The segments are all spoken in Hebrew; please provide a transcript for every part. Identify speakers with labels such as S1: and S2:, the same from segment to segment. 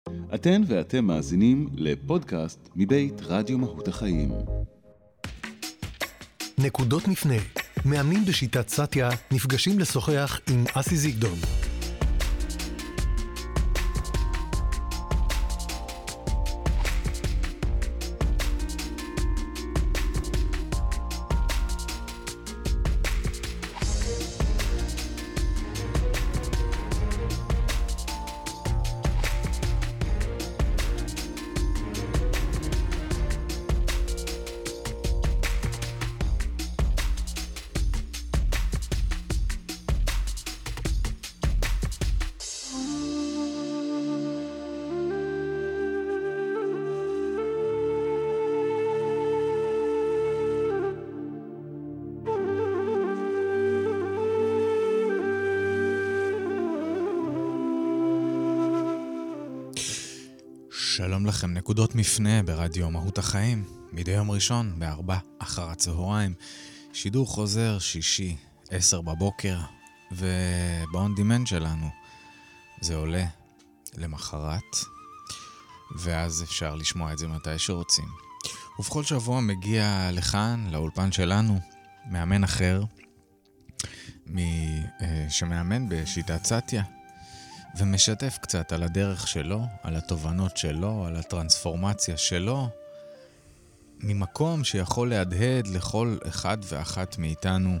S1: אתן ואתם מאזינים לפודקאסט מבית רדיו מהות החיים.
S2: נקודות מפנה. מאמנים בשיטת סאטיה נפגשים לשוחח עם אסי זיגדון.
S3: שלום לכם, נקודות מפנה ברדיו מהות החיים, מדי יום ראשון ב-16:00, שידור חוזר שישי, 10 בבוקר, ובאון דימנד שלנו זה עולה למחרת, ואז אפשר לשמוע את זה מתי שרוצים. ובכל שבוע מגיע לכאן, לאולפן שלנו, מאמן אחר, שמאמן בשיטת סאטיה, ומשתף קצת על הדרך שלו, על התובנות שלו, על הטרנספורמציה שלו, ממקום שיכול להדהד לכל אחד ואחת מאיתנו,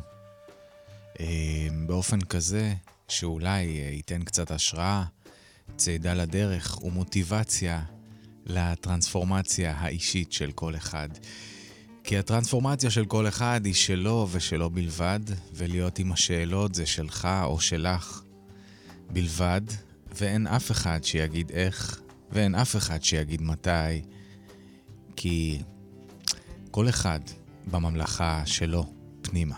S3: באופן כזה שאולי ייתן קצת השראה, צעידה לדרך ומוטיבציה לטרנספורמציה האישית של כל אחד. כי הטרנספורמציה של כל אחד היא שלו ושלו בלבד, ולהיות עם השאלות זה שלך או שלך בלבד, ואין אף אחד שיגיד איך, ואין אף אחד שיגיד מתי, כי כל אחד בממלכה שלו פנימה.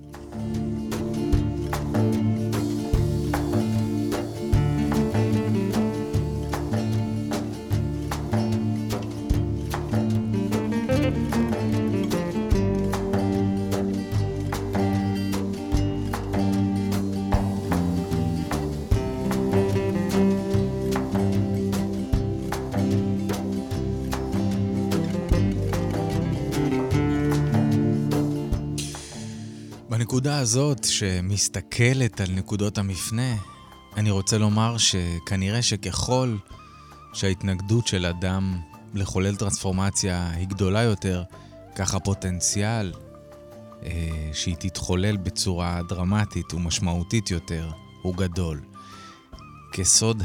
S3: בנקודה הזאת שמסתכלת על נקודות המפנה, אני רוצה לומר שכנראה שככל שההתנגדות של אדם לחולל טרנספורמציה היא גדולה יותר, כך הפוטנציאל שהיא תתחולל בצורה דרמטית ומשמעותית יותר הוא גדול. כסוד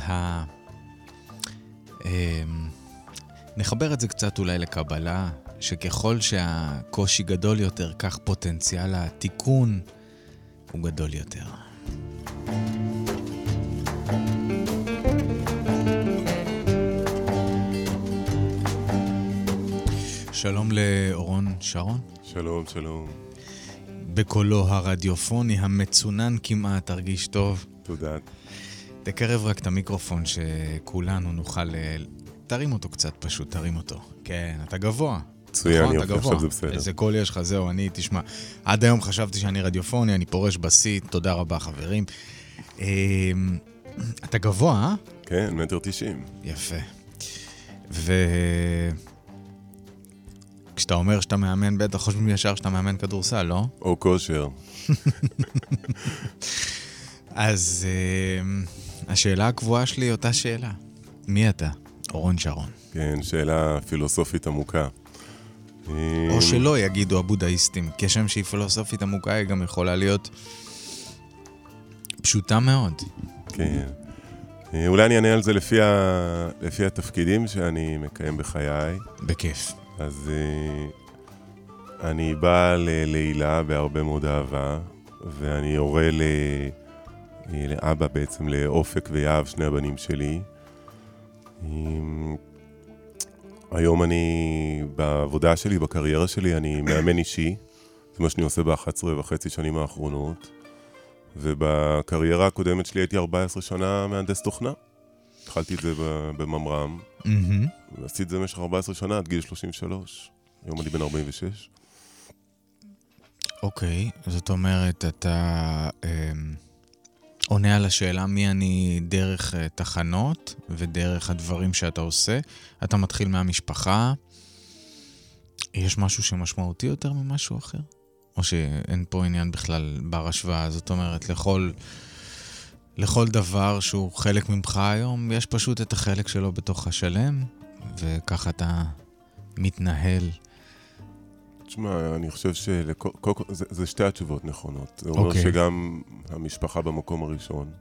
S3: נחבר את זה קצת אולי לקבלה, שככל שהקושי גדול יותר, כך פוטנציאל התיקון הוא גדול יותר. שלום לאורון שרון.
S4: שלום, שלום.
S3: בקולו הרדיופוני המצונן כמעט, תרגיש טוב.
S4: תודה.
S3: תקרב רק את המיקרופון שכולנו נוכל... תרים אותו קצת פשוט, תרים אותו. כן, אתה גבוה.
S4: מצוין, יופי, עכשיו זה בסדר.
S3: איזה קול יש לך, זהו, אני, תשמע, עד היום חשבתי שאני רדיופוני, אני פורש בסית, תודה רבה חברים. אתה גבוה, אה?
S4: כן, 1.90 מטר.
S3: יפה. כשאתה אומר שאתה מאמן, בטח חושבים ישר שאתה מאמן כדורסל, לא?
S4: או כושר.
S3: אז השאלה הקבועה שלי היא אותה שאלה. מי אתה? אורון שרון.
S4: כן, שאלה פילוסופית עמוקה.
S3: או שלא יגידו הבודהיסטים, כשם שהיא פילוסופית עמוקה, היא גם יכולה להיות פשוטה מאוד.
S4: כן. אולי אני אענה על זה לפי התפקידים שאני מקיים בחיי.
S3: בכיף.
S4: אז אני בא להילה בהרבה מאוד אהבה, ואני הורה לאבא בעצם, לאופק ויהב, שני הבנים שלי. היום אני, בעבודה שלי, בקריירה שלי, אני מאמן אישי. זה מה שאני עושה ב11.5 שנים האחרונות. ובקריירה הקודמת שלי הייתי 14 שנה מהנדס תוכנה. התחלתי את זה בממר"ם. ועשיתי את זה במשך 14 שנה עד גיל 33. היום אני בן 46.
S3: אוקיי, זאת אומרת, אתה עונה על השאלה מי אני דרך תחנות ודרך הדברים שאתה עושה. אתה מתחיל מהמשפחה. יש משהו שמשמעותי יותר ממשהו אחר? או שאין פה עניין בכלל בר השוואה? זאת אומרת, לכל דבר שהוא חלק ממך היום, יש פשוט את החלק שלו בתוך השלם, וככה אתה מתנהל.
S4: תשמע, אני חושב זה שתי התשובות נכונות. זה אומר שגם המשפחה במקום הראשון,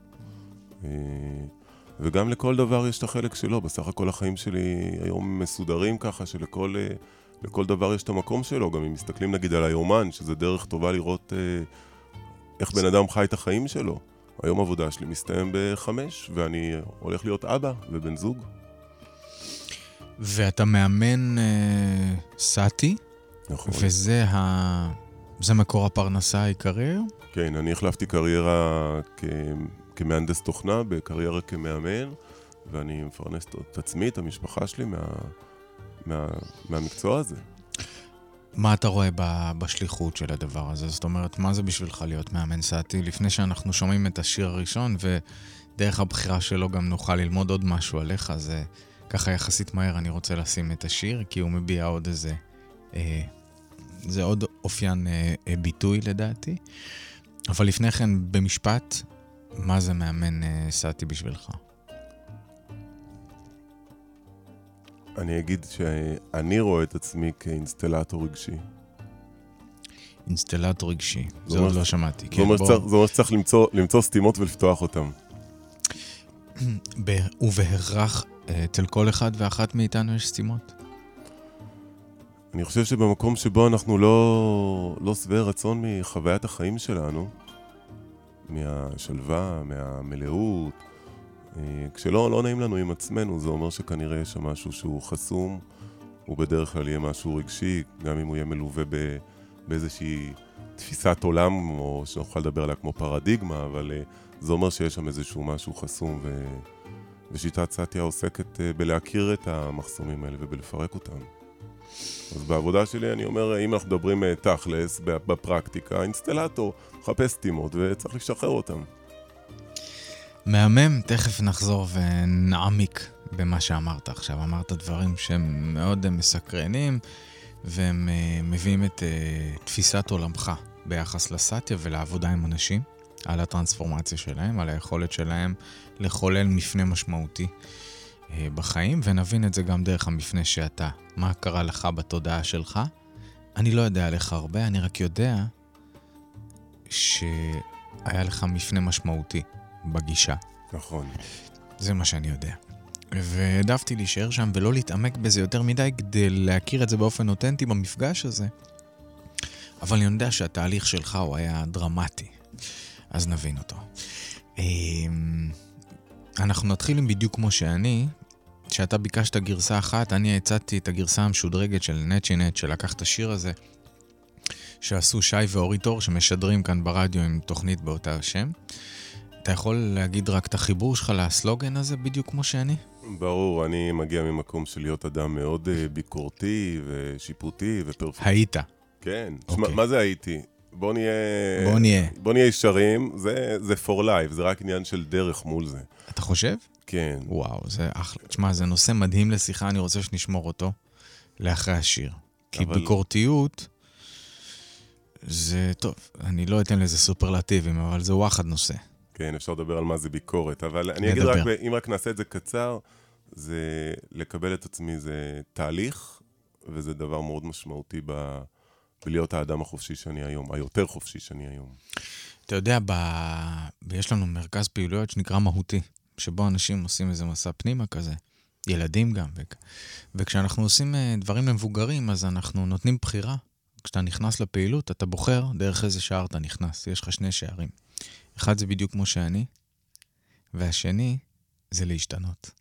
S4: וגם לכל דבר יש את החלק שלו. בסך הכל החיים שלי היום מסודרים ככה, לכל דבר יש את המקום שלו. גם אם מסתכלים נגיד על היומן, שזה דרך טובה לראות איך בן אדם חי את החיים שלו. היום עבודה שלי מסתיים ב-5, ואני הולך להיות אבא ובן זוג.
S3: ואתה מאמן סאטי,
S4: נכון.
S3: וזה מקור הפרנסה העיקרי?
S4: כן, אני החלפתי קריירה כמהנדס תוכנה, בקריירה כמאמן, ואני מפרנס את עצמי, את המשפחה שלי מהמקצוע הזה.
S3: מה אתה רואה בשליחות של הדבר הזה? זאת אומרת, מה זה בשבילך להיות מאמן סאטי? לפני שאנחנו שומעים את השיר הראשון, ודרך הבחירה שלו גם נוכל ללמוד עוד משהו עליך, זה ככה יחסית מהר אני רוצה לשים את השיר, כי הוא מביע עוד איזה... זה עוד אופיין ביטוי לדעתי. אבל לפני כן, במשפט, מה זה מאמן סאטי בשבילך?
S4: אני אגיד שאני רואה את עצמי כאינסטלטור רגשי.
S3: אינסטלטור רגשי, זה עוד לא שמעתי.
S4: זה אומר שצריך למצוא סתימות ולפתוח אותם.
S3: ובהכרח, אצל כל אחד ואחת מאיתנו יש סתימות?
S4: אני חושב שבמקום שבו אנחנו לא שבעי רצון מחוויית החיים שלנו, מהשלווה, מהמלאות, כשלא נעים לנו עם עצמנו, זה אומר שכנראה יש שם משהו שהוא חסום, ובדרך כלל יהיה משהו רגשי, גם אם הוא יהיה מלווה באיזושהי תפיסת עולם, או שנוכל לדבר עליה כמו פרדיגמה, אבל זה אומר שיש שם איזשהו משהו חסום, ושיטת סאטיה עוסקת בלהכיר את המחסומים האלה ובלפרק אותם. אז בעבודה שלי אני אומר, אם אנחנו מדברים תכלס, בפרקטיקה, אינסטלטור, חפש סתימות וצריך לשחרר אותם.
S3: מהמם, תכף נחזור ונעמיק במה שאמרת עכשיו. אמרת דברים שהם מאוד מסקרנים, והם מביאים את תפיסת עולמך ביחס לסאטיה ולעבודה עם אנשים, על הטרנספורמציה שלהם, על היכולת שלהם לחולל מפנה משמעותי בחיים, ונבין את זה גם דרך המפנה שאתה. מה קרה לך בתודעה שלך? אני לא יודע עליך הרבה, אני רק יודע שהיה לך מפנה משמעותי בגישה.
S4: נכון.
S3: זה מה שאני יודע. והעדפתי להישאר שם ולא להתעמק בזה יותר מדי כדי להכיר את זה באופן אותנטי במפגש הזה. אבל אני יודע שהתהליך שלך הוא היה דרמטי. אז נבין אותו. אנחנו נתחיל עם בדיוק כמו שאתה ביקשת גרסה אחת, אני הצעתי את הגרסה המשודרגת של נצ'ינט, שלקח את השיר הזה, שעשו שי ואורית אור, שמשדרים כאן ברדיו עם תוכנית באותה השם. אתה יכול להגיד רק את החיבור שלך לסלוגן הזה בדיוק כמו שאני?
S4: ברור, אני מגיע ממקום של להיות אדם מאוד ביקורתי ושיפוטי ופרפקט.
S3: היית.
S4: כן. תשמע, מה זה הייתי? בוא נהיה ישרים, זה for life, זה רק עניין של דרך מול זה.
S3: אתה חושב?
S4: כן.
S3: וואו, זה אחלה. תשמע, זה נושא מדהים לשיחה, אני רוצה שנשמור אותו לאחרי השיר. כי ביקורתיות, זה טוב, אני לא אתן לזה סופרלטיבים, אבל זה וואחד נושא.
S4: כן, אפשר לדבר על מה זה ביקורת, אבל אני אגיד רק, אם רק נעשה את זה קצר, זה לקבל את עצמי, זה תהליך, וזה דבר מאוד משמעותי בלהיות האדם החופשי שאני היום, היותר חופשי שאני היום.
S3: אתה יודע, יש לנו מרכז פעילויות שנקרא מהותי, שבו אנשים עושים איזה מסע פנימה כזה, ילדים גם, וכשאנחנו עושים דברים למבוגרים, אז אנחנו נותנים בחירה. כשאתה נכנס לפעילות, אתה בוחר דרך איזה שער אתה נכנס, יש לך 2 שערים. אחד זה בדיוק כמו שאני, והשני זה להשתנות.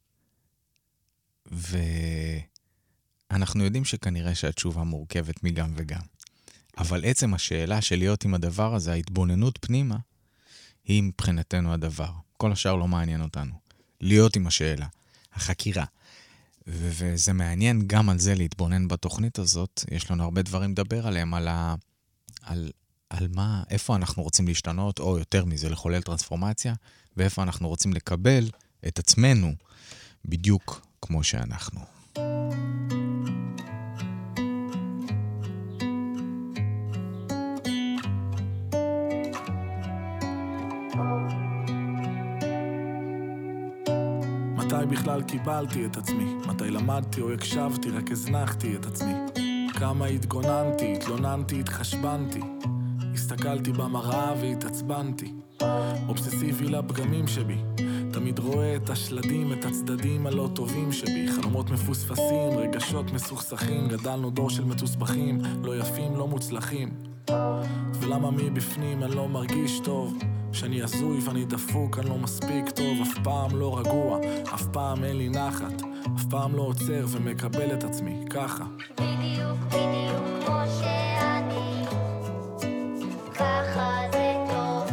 S3: ואנחנו יודעים שכנראה שהתשובה מורכבת מגם וגם. אבל עצם השאלה של להיות עם הדבר הזה, ההתבוננות פנימה, היא מבחינתנו הדבר. כל השאר לא מעניין אותנו. להיות עם השאלה, החקירה. וזה מעניין גם על זה להתבונן בתוכנית הזאת. יש לנו הרבה דברים לדבר עליהם, על על איפה אנחנו רוצים להשתנות, או יותר מזה, לחולל טרנספורמציה, ואיפה אנחנו רוצים לקבל את עצמנו, בדיוק כמו שאנחנו.
S5: מתי בכלל קיבלתי את עצמי? מתי למדתי או הקשבתי, רק הזנחתי את עצמי? כמה התגוננתי, התלוננתי, התחשבנתי, הסתכלתי במראה והתעצבנתי. אובססיבי לפגמים שבי, תמיד רואה את השלדים, את הצדדים הלא טובים שבי. חלומות מפוספסים, רגשות מסוכסכים, גדלנו דור של מתוסבכים, לא יפים, לא מוצלחים. ולמה מבפנים אני לא מרגיש טוב? שאני הזוי ואני דפוק, אני לא מספיק טוב, אף פעם לא רגוע, אף פעם אין לי נחת, אף פעם לא עוצר ומקבל את עצמי, ככה.
S6: בדיוק כמו שאני, ככה זה טוב,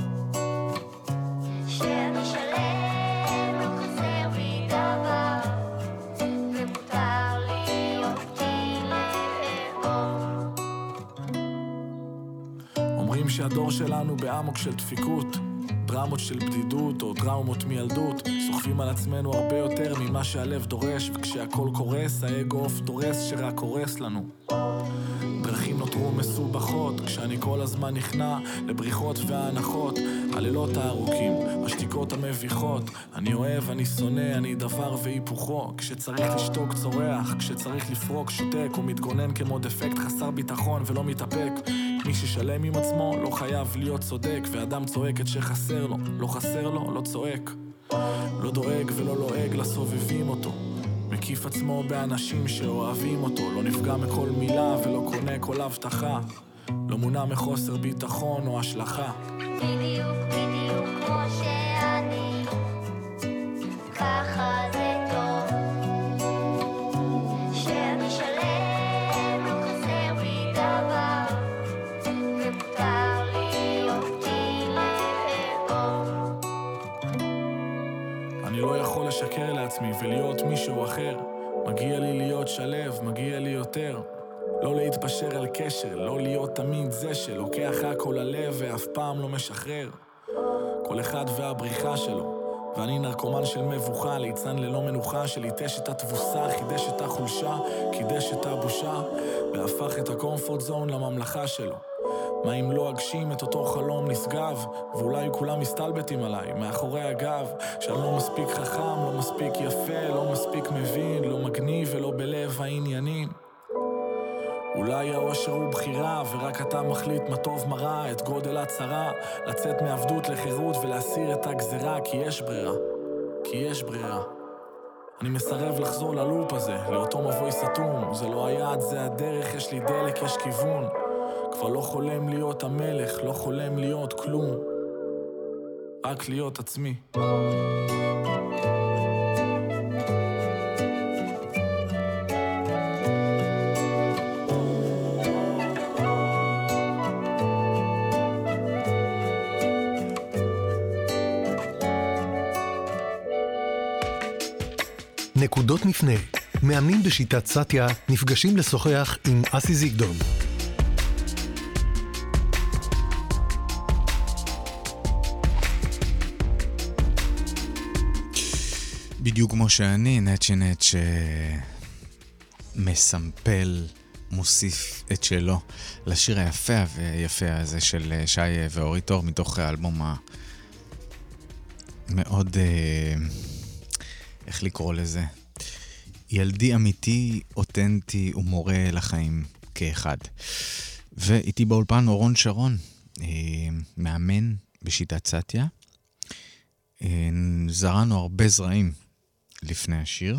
S6: שאני שלם, לא חסר בי דבר, ומותר לי אותי לאהוב.
S5: אומרים שהדור שלנו בעמוק של דפיקות, דרמות של בדידות או דראומות מילדות, סוחפים על עצמנו הרבה יותר ממה שהלב דורש, וכשהכל קורס, האגו אוף דורס שרק קורס לנו. דרכים נותרו מסובכות, כשאני כל הזמן נכנע לבריחות והנחות, הלילות הארוכים, השתיקות המביכות, אני אוהב, אני שונא, אני דבר והיפוכו, כשצריך לשתוק צורח, כשצריך לפרוק שותק, ומתגונן כמו דפקט חסר ביטחון ולא מתאפק. מי ששלם עם עצמו לא חייב להיות צודק, ואדם צועק את שחסר לו, לא חסר לו, לא צועק, לא דואג ולא לועג לסובבים אותו, מקיף עצמו באנשים שאוהבים אותו, לא נפגע מכל מילה ולא קונה כל הבטחה, לא מונע מחוסר ביטחון או השלכה.
S6: בדיוק כמו שאני, ככה זה טוב, שאני שלם, לא חסר בי דבר, ומותר לי אותי לאהוב.
S5: אני לא יכול לשקר לעצמי ולהיות מישהו אחר, מגיע לי להיות שלב, מגיע לי יותר, לא להתפשר על קשר, לא להיות תמיד זה שלוקח הכל ללב ואף פעם לא משחרר. כל אחד והבריחה שלו, ואני נרקומן של מבוכה, ליצן ללא מנוחה, שליטש את התבוסה, חידש את החולשה, קידש את הבושה, והפך את הקומפורט זון לממלכה שלו. מה אם לא אגשים את אותו חלום נשגב, ואולי כולם מסתלבטים עליי מאחורי הגב, שאני לא מספיק חכם, לא מספיק יפה, לא מספיק מבין, לא מגניב ולא בלב העניינים. אולי האושר הוא בחירה, ורק אתה מחליט מה טוב מה רע, את גודל הצרה, לצאת מעבדות לחירות ולהסיר את הגזרה, כי יש ברירה, כי יש ברירה. אני מסרב לחזור ללופ הזה, לאותו מבוי סתום, זה לא היעד, זה הדרך, יש לי דלק, יש כיוון. כבר לא חולם להיות המלך, לא חולם להיות כלום, רק להיות עצמי.
S2: נקודות מפנה. מאמנים בשיטת סאטיה נפגשים לשוחח עם אסי זיגדון.
S3: בדיוק כמו שאני, נט מסמפל, מוסיף את שלו לשיר היפה הזה של שי ואורי תור, מתוך האלבום המאוד, איך לקרוא לזה? ילדי אמיתי, אותנטי ומורה לחיים כאחד. ואיתי באולפן אורון שרון, מאמן בשיטת סאטיה. זרענו הרבה זרעים לפני השיר,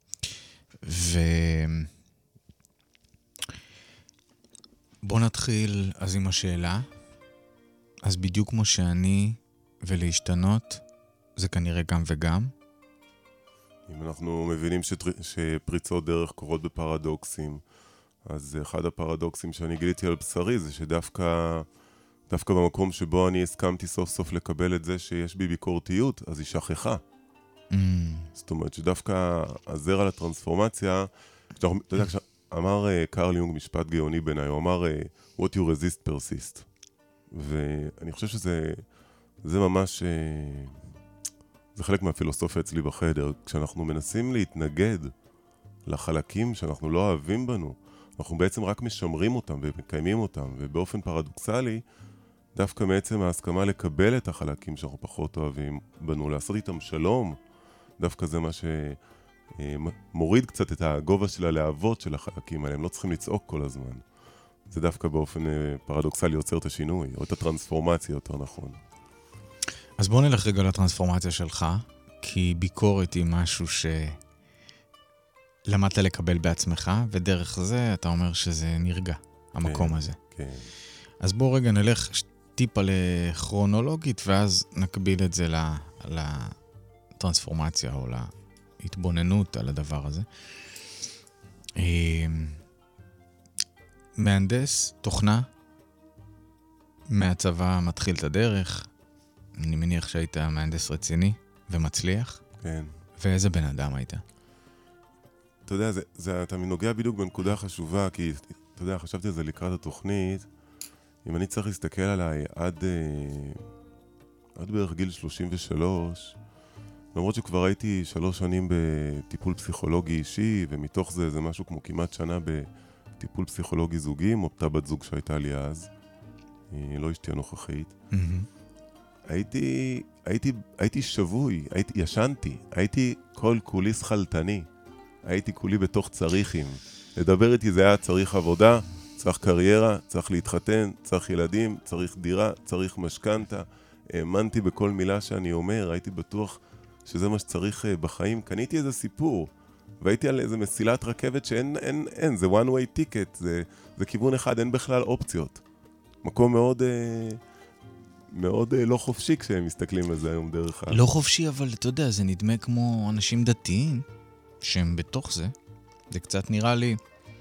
S3: בוא נתחיל אז עם השאלה. אז בדיוק כמו שאני ולהשתנות, זה כנראה גם וגם.
S4: אם אנחנו מבינים שפריצות דרך קורות בפרדוקסים, אז אחד הפרדוקסים שאני גיליתי על בשרי זה שדווקא במקום שבו אני הסכמתי סוף סוף לקבל את זה שיש בי ביקורתיות, אז היא שכחה. זאת אומרת שדווקא הזרע לטרנספורמציה, אתה יודע, אמר קרל יונג משפט גאוני בעיניי, הוא אמר, what you resist persist. ואני חושב שזה ממש, זה חלק מהפילוסופיה אצלי בחדר. כשאנחנו מנסים להתנגד לחלקים שאנחנו לא אוהבים בנו, אנחנו בעצם רק משמרים אותם ומקיימים אותם, ובאופן פרדוקסלי, דווקא מעצם ההסכמה לקבל את החלקים שאנחנו פחות אוהבים בנו, לעשות איתם שלום, דווקא זה מה שמוריד קצת את הגובה של הלהבות של החלקים האלה, הם לא צריכים לצעוק כל הזמן. זה דווקא באופן פרדוקסלי יוצר את השינוי, או את הטרנספורמציה יותר נכון.
S3: אז בוא נלך רגע לטרנספורמציה שלך, כי ביקורת היא משהו שלמדת לקבל בעצמך, ודרך זה אתה אומר שזה נרגע, המקום הזה.
S4: כן.
S3: אז בוא רגע נלך טיפה לכרונולוגית, ואז נקביל את זה לטרנספורמציה, או להתבוננות על הדבר הזה. מהנדס, תוכנה, מהצבא מתחיל את הדרך, אני מניח שהיית מהנדס רציני ומצליח.
S4: כן.
S3: ואיזה בן אדם היית?
S4: אתה יודע, אתה נוגע בדיוק בנקודה חשובה, כי אתה יודע, חשבתי על זה לקראת התוכנית, אם אני צריך להסתכל עליי עד בערך גיל 33, למרות שכבר הייתי 3 שנים בטיפול פסיכולוגי אישי, ומתוך זה משהו כמו כמעט שנה בטיפול פסיכולוגי זוגי, עם אותה בת זוג שהייתה לי אז, לא אשתי הנוכחית. הייתי שבוי, ישנתי, הייתי כל כולי שחלטני, הייתי כולי בתוך צריכים. לדבר איתי זה היה צריך עבודה, צריך קריירה, צריך להתחתן, צריך ילדים, צריך דירה, צריך משכנתה. האמנתי בכל מילה שאני אומר, הייתי בטוח שזה מה שצריך בחיים. קניתי איזה סיפור, והייתי על איזה מסילת רכבת שאין, זה one way ticket, זה כיוון אחד, אין בכלל אופציות. מקום מאוד, מאוד לא חופשי כשהם מסתכלים על זה היום דרך כלל.
S3: לא חופשי, אבל אתה יודע, זה נדמה כמו אנשים דתיים שהם בתוך זה. זה קצת נראה לי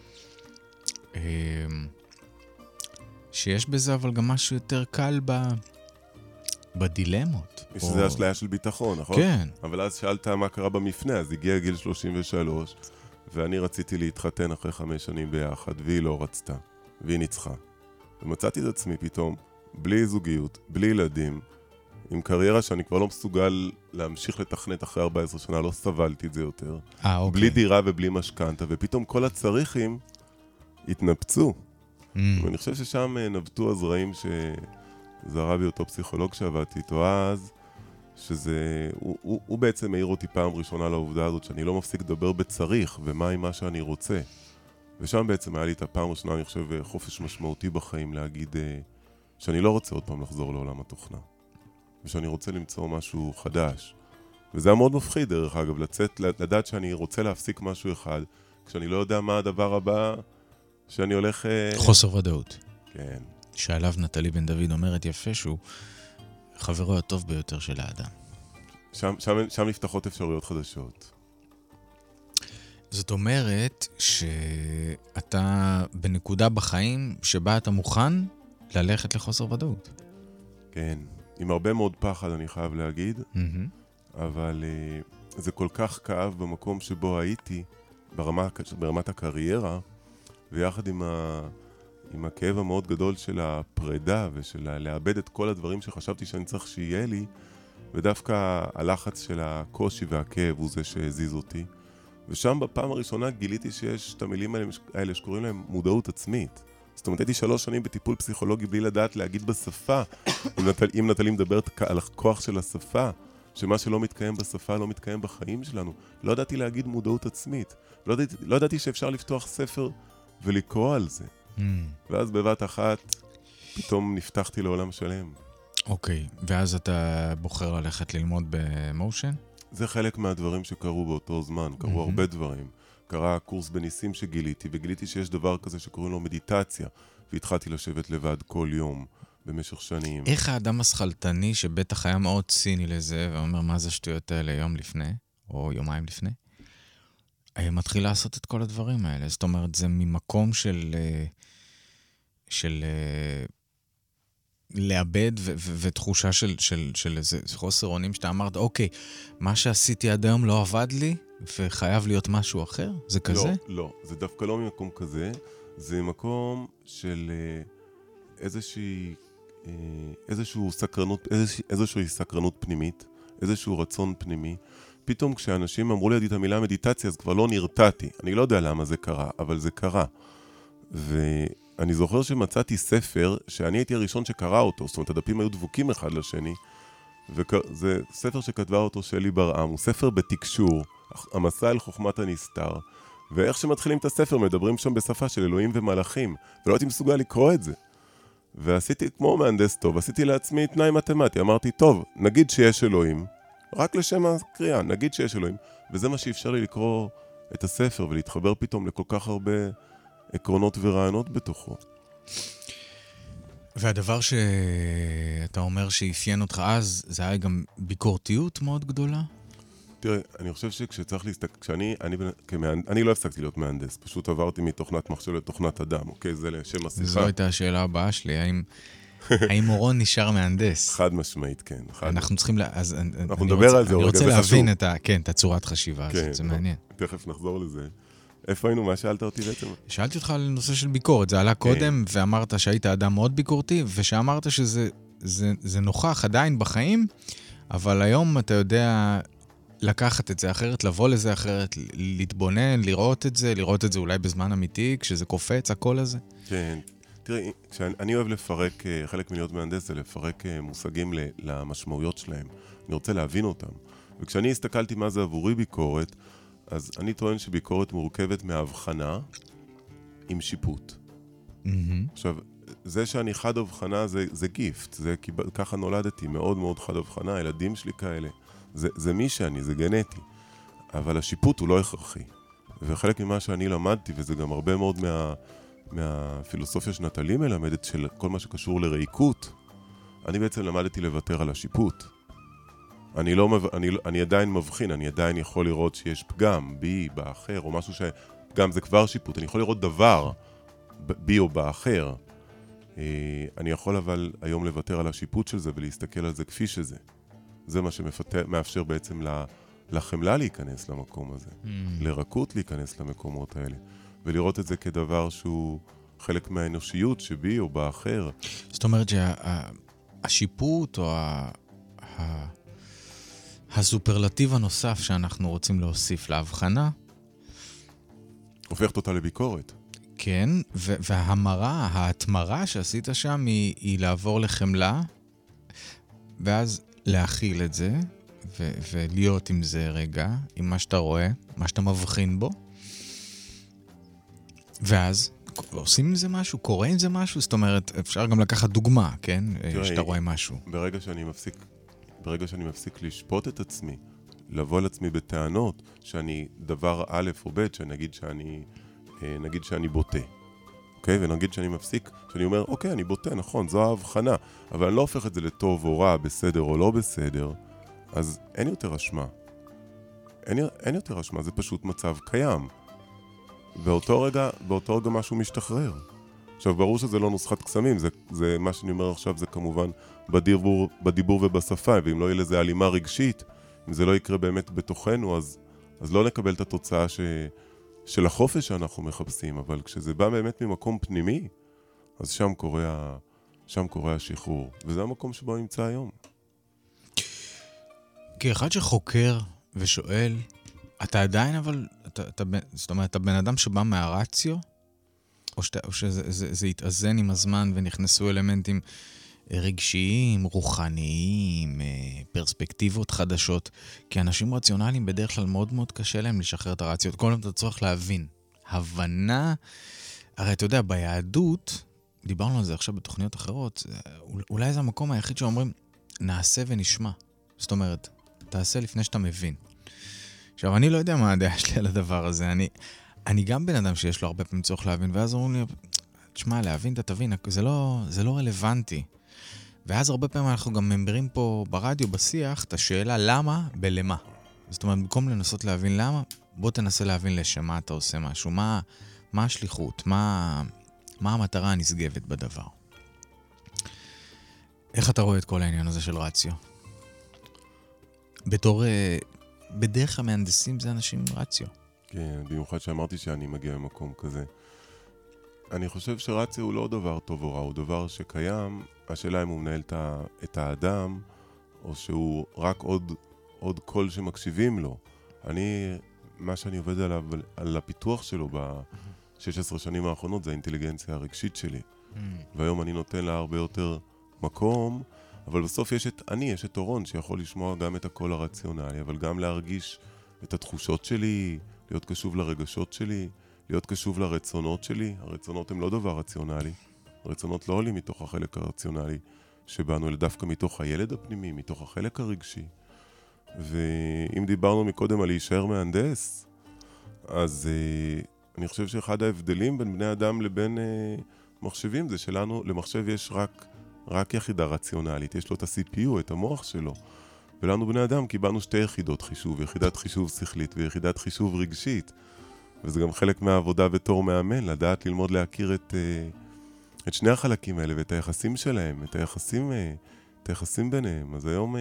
S3: שיש בזה אבל גם משהו יותר קל בדילמות.
S4: יש שזה אשליה של ביטחון, נכון?
S3: כן.
S4: אבל אז שאלת מה קרה במפנה, אז הגיע גיל 33, ואני רציתי להתחתן אחרי 5 שנים ביחד, והיא לא רצתה, והיא ניצחה. ומצאתי את עצמי פתאום, בלי זוגיות, בלי ילדים, עם קריירה שאני כבר לא מסוגל להמשיך לתכנת אחרי 14 שנה, לא סבלתי את זה יותר.
S3: אוקיי.
S4: בלי דירה ובלי משכנתה, ופתאום כל הצריכים התנפצו. ואני חושב ששם נבטו הזרעים שזה הרבי אותו פסיכולוג שעבדתי איתו אז, שזה, הוא בעצם העיר אותי פעם ראשונה לעובדה הזאת שאני לא מפסיק לדבר בצריך, ומה עם מה שאני רוצה. ושם בעצם היה לי את הפעם ראשונה, אני חושב, חופש משמעותי בחיים להגיד שאני לא רוצה עוד פעם לחזור לעולם התוכנה. ושאני רוצה למצוא משהו חדש. וזה היה מאוד מפחיד דרך אגב, לדעת שאני רוצה להפסיק משהו אחד, כשאני לא יודע מה הדבר הבא שאני הולך...
S3: חוסר ודאות.
S4: כן.
S3: שעליו נטלי בן דוד אומרת יפה שהוא חברו הטוב ביותר של האדם.
S4: שם נפתחות אפשרויות חדשות.
S3: זאת אומרת שאתה בנקודה בחיים שבה אתה מוכן ללכת לחוסר ודאות.
S4: כן. עם הרבה מאוד פחד אני חייב להגיד, אבל זה כל כך כאב במקום שבו הייתי, ברמת הקריירה, ויחד עם הכאב המאוד גדול של הפרידה ושל לאבד את כל הדברים שחשבתי שאני צריך שיהיה לי, ודווקא הלחץ של הקושי והכאב הוא זה שהזיז אותי. ושם בפעם הראשונה גיליתי שיש את המילים האלה שקוראים להם מודעות עצמית. זאת אומרת, הייתי 3 שנים בטיפול פסיכולוגי בלי לדעת להגיד בשפה, אם נטלי מדברת על הכוח של השפה, שמה שלא מתקיים בשפה לא מתקיים בחיים שלנו. לא ידעתי להגיד מודעות עצמית. לא ידעתי שאפשר לפתוח ספר ולקרוא על זה. ואז בבת אחת פתאום נפתחתי לעולם שלם.
S3: אוקיי, ואז אתה בוחר ללכת ללמוד במושן?
S4: זה חלק מהדברים שקרו באותו זמן, קרו הרבה דברים. קרה קורס בניסים שגיליתי, וגיליתי שיש דבר כזה שקוראים לו מדיטציה, והתחלתי לשבת לבד כל יום במשך שנים.
S3: איך האדם השכלתני שבטח היה מאוד ציני לזה, ואומר מה זה שטויות האלה יום לפני, או יומיים לפני, מתחיל לעשות את כל הדברים האלה. זאת אומרת, זה ממקום של לאבד ותחושה של איזה חוסר אונים שאתה אמרת, אוקיי, מה שעשיתי עד היום לא עבד לי, וחייב להיות משהו אחר? זה כזה?
S4: לא, זה דווקא לא ממקום כזה, זה ממקום של איזושהי איזושהי סקרנות פנימית, איזשהו רצון פנימי. פתאום כשאנשים אמרו לי את המילה מדיטציה, אז כבר לא נרתעתי. אני לא יודע למה זה קרה, אבל זה קרה. ואני זוכר שמצאתי ספר שאני הייתי הראשון שקרא אותו, זאת אומרת, הדפים היו דבוקים אחד לשני, וזה ספר שכתבה אותו שלי ברעם, הוא ספר בתקשור, המסע אל חוכמת הנסתר, ואיך שמתחילים את הספר מדברים שם בשפה של אלוהים ומלאכים, ולא הייתי מסוגל לקרוא את זה. ועשיתי, כמו מהנדס טוב, עשיתי לעצמי תנאי מתמטי, אמרתי, טוב, נגיד שיש אלוהים, רק לשם הקריאה, נגיד שיש אלוהים, וזה מה שאפשר לי לקרוא את הספר ולהתחבר פתאום לכל כך הרבה עקרונות ורעיונות בתוכו.
S3: והדבר שאתה אומר שאפיין אותך אז, זה היה גם ביקורתיות מאוד גדולה?
S4: תראה, אני חושב שכשצריך להסתכל, אני לא הפסקתי להיות מהנדס, פשוט עברתי מתוכנת מחשב לתוכנת אדם, אוקיי? זה לשם השיחה.
S3: זו הייתה השאלה הבאה שלי, האם אורון נשאר מהנדס?
S4: חד משמעית, כן.
S3: אנחנו צריכים,
S4: אנחנו נדבר על זה,
S3: אני רוצה להבין את הצורת חשיבה הזאת, זה מעניין.
S4: תכף נחזור לזה. איפה היינו? מה שאלת אותי בעצם?
S3: שאלתי אותך על נושא של ביקורת, זה עלה קודם, ואמרת שהיית אדם מאוד ביקורתי, ושאמרת שזה נוכח עדיין בחיים, אבל היום אתה יודע לקחת את זה אחרת, לבוא לזה אחרת, להתבונן, לראות את זה אולי בזמן אמיתי, כשזה קופץ, הכל הזה.
S4: כן, תראי, אני אוהב לפרק, חלק מלהיות מהנדס זה לפרק מושגים למשמעויות שלהם. אני רוצה להבין אותם. וכשאני הסתכלתי מה זה עבורי ביקורת, אז אני טוען שביקורת מורכבת מהבחנה עם שיפוט. עכשיו, זה שאני חד הבחנה זה גיפט, ככה נולדתי, מאוד מאוד חד הבחנה, הילדים שלי כאלה. זה מי שאני, זה גנטי. אבל השיפוט הוא לא הכרחי. וחלק ממה שאני למדתי, וזה גם הרבה מאוד מהפילוסופיה שנטלי מלמדת של כל מה שקשור לריקות, אני בעצם למדתי לוותר על השיפוט. אני עדיין מבחין, אני עדיין יכול לראות שיש פגם בי, באחר, או משהו שגם זה כבר שיפוט. אני יכול לראות דבר בי או באחר. אני יכול אבל היום לוותר על השיפוט של זה ולהסתכל על זה כפי שזה. זה מה שמאפשר בעצם לחמלה להיכנס למקום הזה, לרקות להיכנס למקומות האלה, ולראות את זה כדבר שהוא חלק מהאנושיות שבי או באחר.
S3: זאת אומרת שהשיפוט או הסופרלטיב הנוסף שאנחנו רוצים להוסיף להבחנה,
S4: הופכת אותה לביקורת.
S3: כן, וההמרה, ההתמרה שעשית שם היא לעבור לחמלה, ואז להכיל את זה, ולהיות עם זה רגע, עם מה שאתה רואה, מה שאתה מבחין בו, ואז עושים עם זה משהו, קורה עם זה משהו, זאת אומרת, אפשר גם לקחת דוגמה, כן? שאתה רואה משהו.
S4: ברגע שאני מפסיק לשפוט את עצמי, לבוא על עצמי בטענות, שאני דבר א' או ב', נגיד שאני בוטה. אוקיי? ונגיד שאני מפסיק, שאני אומר, אוקיי, אני בוטה, נכון, זו ההבחנה, אבל אני לא הופך את זה לטוב או רע, בסדר או לא בסדר, אז אין יותר אשמה. אין יותר אשמה, זה פשוט מצב קיים. באותו רגע משהו משתחרר. עכשיו, ברור שזה לא נוסחת קסמים, זה מה שאני אומר עכשיו, זה כמובן בדיבור ובשפה, ואם לא יהיה לזה הלימה רגשית, אם זה לא יקרה באמת בתוכנו, אז לא נקבל את התוצאה של החופש שאנחנו מחפשים, אבל כשזה בא באמת ממקום פנימי, אז שם קורה השחרור, וזה המקום שבו נמצא היום.
S3: כאחד שחוקר ושואל, אתה עדיין אבל, זאת אומרת, אתה בן אדם שבא מהרציו, או שזה התאזן עם הזמן ונכנסו אלמנטים רגשיים, רוחניים, פרספקטיבות חדשות, כי אנשים רציונליים בדרך כלל מאוד מאוד קשה להם לשחרר את הרציות. כל פעם אתה צריך להבין. הבנה, הרי אתה יודע, ביהדות, דיברנו על זה עכשיו בתוכניות אחרות, אולי זה המקום היחיד שאומרים, נעשה ונשמע. זאת אומרת, תעשה לפני שאתה מבין. עכשיו, אני לא יודע מה הדעה שלי על הדבר הזה. אני גם בן אדם שיש לו הרבה פעמים צורך להבין, ואז אומרים לי, תשמע, להבין, אתה תבין, זה לא רלוונטי. ואז הרבה פעמים אנחנו גם ממברים פה ברדיו, בשיח, את השאלה למה בלמה. זאת אומרת, במקום לנסות להבין למה, בוא תנסה להבין לשם מה אתה עושה משהו, מה השליחות, מה המטרה הנשגבת בדבר. איך אתה רואה את כל העניין הזה של רציו? בדרך המהנדסים זה אנשים עם רציו.
S4: כן, במיוחד שאמרתי שאני מגיע למקום כזה. אני חושב שרציו הוא לא דבר טוב או רע, הוא דבר שקיים. השאלה אם הוא מנהל את האדם, או שהוא רק עוד קול שמקשיבים לו. מה שאני עובד עליו, על הפיתוח שלו ב-16 שנים האחרונות, זה האינטליגנציה הרגשית שלי. והיום אני נותן לה הרבה יותר מקום, אבל בסוף יש את אורון שיכול לשמוע גם את הקול הרציונלי, אבל גם להרגיש את התחושות שלי, להיות קשוב לרגשות שלי, להיות קשוב לרצונות שלי. הרצונות הם לא דבר רציונלי. הרצונות לא עולים מתוך החלק הרציונלי שבאנו, אלא דווקא מתוך הילד הפנימי, מתוך החלק הרגשי. ואם דיברנו מקודם על להישאר מהנדס, אז אני חושב שאחד ההבדלים בין בני אדם לבין מחשבים זה שלנו, למחשב יש רק יחידה רציונלית, יש לו את ה-CPU, את המוח שלו. ולנו בני אדם קיבלנו 2 יחידות חישוב, יחידת חישוב שכלית ויחידת חישוב רגשית. וזה גם חלק מהעבודה בתור מאמן, לדעת ללמוד להכיר את שני החלקים האלה ואת היחסים שלהם, את היחסים ביניהם. אז היום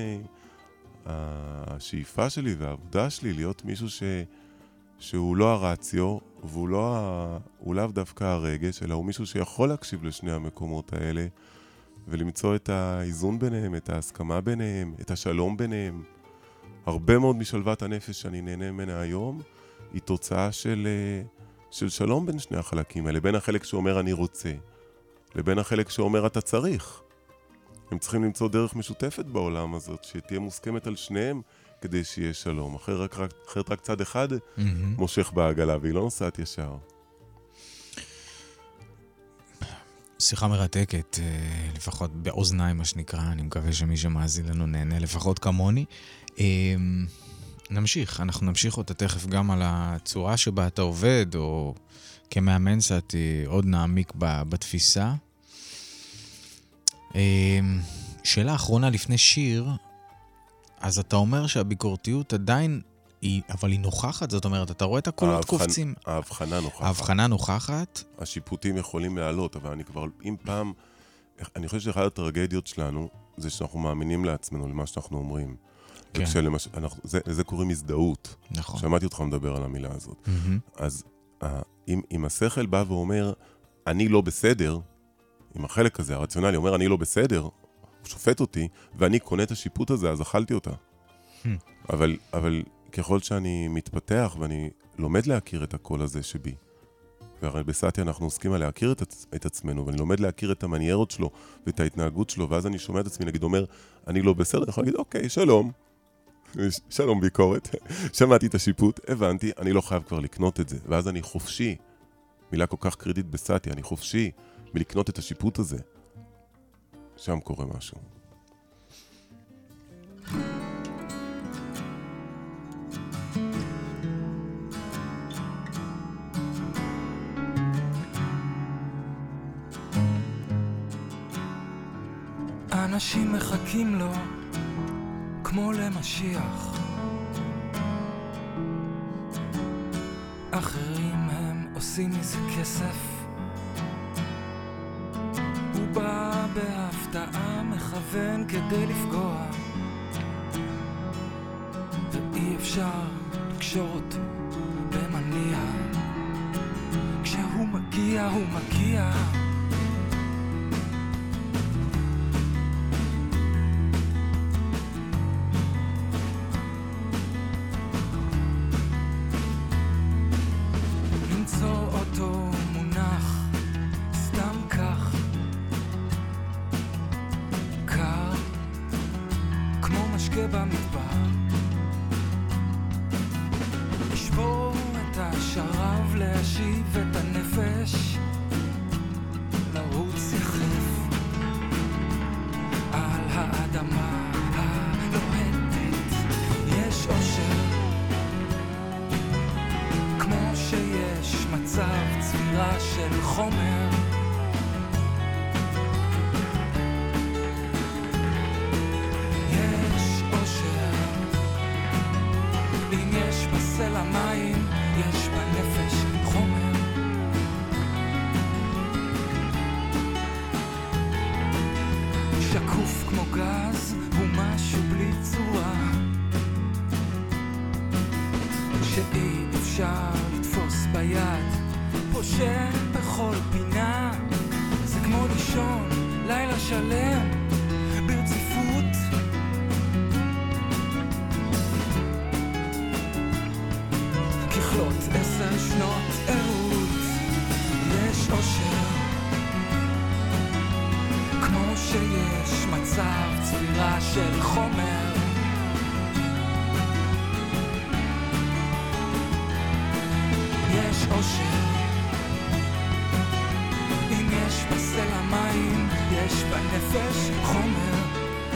S4: השאיפה שלי והעבודה שלי להיות מישהו שהוא לא הרציו, והוא לאו דווקא הרגש, אלא הוא מישהו שיכול להקשיב לשני המקומות האלה, ולמצוא את האיזון ביניהם, את ההסכמה ביניהם, את השלום ביניהם. הרבה מאוד משלוות הנפש שאני נהנה ממנה היום, היא תוצאה של שלום בין שני החלקים האלה, בין החלק שאומר אני רוצה, לבין החלק שאומר אתה צריך. הם צריכים למצוא דרך משותפת בעולם הזאת, שתהיה מוסכמת על שניהם כדי שיהיה שלום. אחרת רק צד אחד מושך בעגלה, והיא לא נוסעת ישר.
S3: שיחה מרתקת, לפחות באוזניים מה שנקרא, אני מקווה שמי שמאזין לנו נהנה לפחות כמוני. אנחנו נמשיך אותה תכף גם על הצורה שבה אתה עובד, או כמאמן סעתי עוד נעמיק בתפיסה. שאלה אחרונה לפני שיר, אז אתה אומר שהביקורתיות עדיין, אבל היא נוכחת, זאת אומרת, אתה רואה את הקולות קופצים.
S4: ההבחנה נוכחת.
S3: ההבחנה נוכחת.
S4: השיפוטים יכולים לעלות, אבל אני כבר, אם פעם, אני חושב שאחת הטרגדיות שלנו, זה שאנחנו מאמינים לעצמנו, למה שאנחנו אומרים.
S3: כן.
S4: לזה קוראים הזדהות.
S3: נכון.
S4: שמעתי אותך מדבר על המילה הזאת. אז אם השכל בא ואומר, אני לא בסדר, עם החלק הזה, הרציונלי, אומר, אני לא בסדר, הוא שופט אותי, ואני קונה את השיפוט הזה, אז אכלתי אותה. אבל ככל שאני מתפתח, ואני לומד להכיר את הקול הזה שבי, והרי בסעתיה אנחנו עוסקים על להכיר את עצמנו, ואני לומד להכיר את המניירות שלו, ואת ההתנהגות שלו, ואז אני שומע את עצמי, נגיד, אומר, אני לא בסדר, אני יכול להגיד, אוקיי, שלום ביקורת, שמעתי את השיפוט, הבנתי, אני לא חייב כבר לקנות את זה, ואז אני חופשי, מילה כל כך קרידית בסעתיה, אני חופשי מלקנות את השיפוט הזה. שם קורה משהו.
S7: אנשים מחכים לו כמו למשיח, אחרים הם עושים מזה כסף. הוא בא בהפתעה, מכוון כדי לפגוע, ואי אפשר לקשור אותו במניע. כשהוא מגיע, הוא מגיע. פושע בכל פינה, זה כמו לישון לילה שלם ברציפות. ככלות 10 שנות ערות, יש אושר כמו שיש מצב צבירה של חומר. יש אושר אם יש בסלע מים, יש בנפש חומר.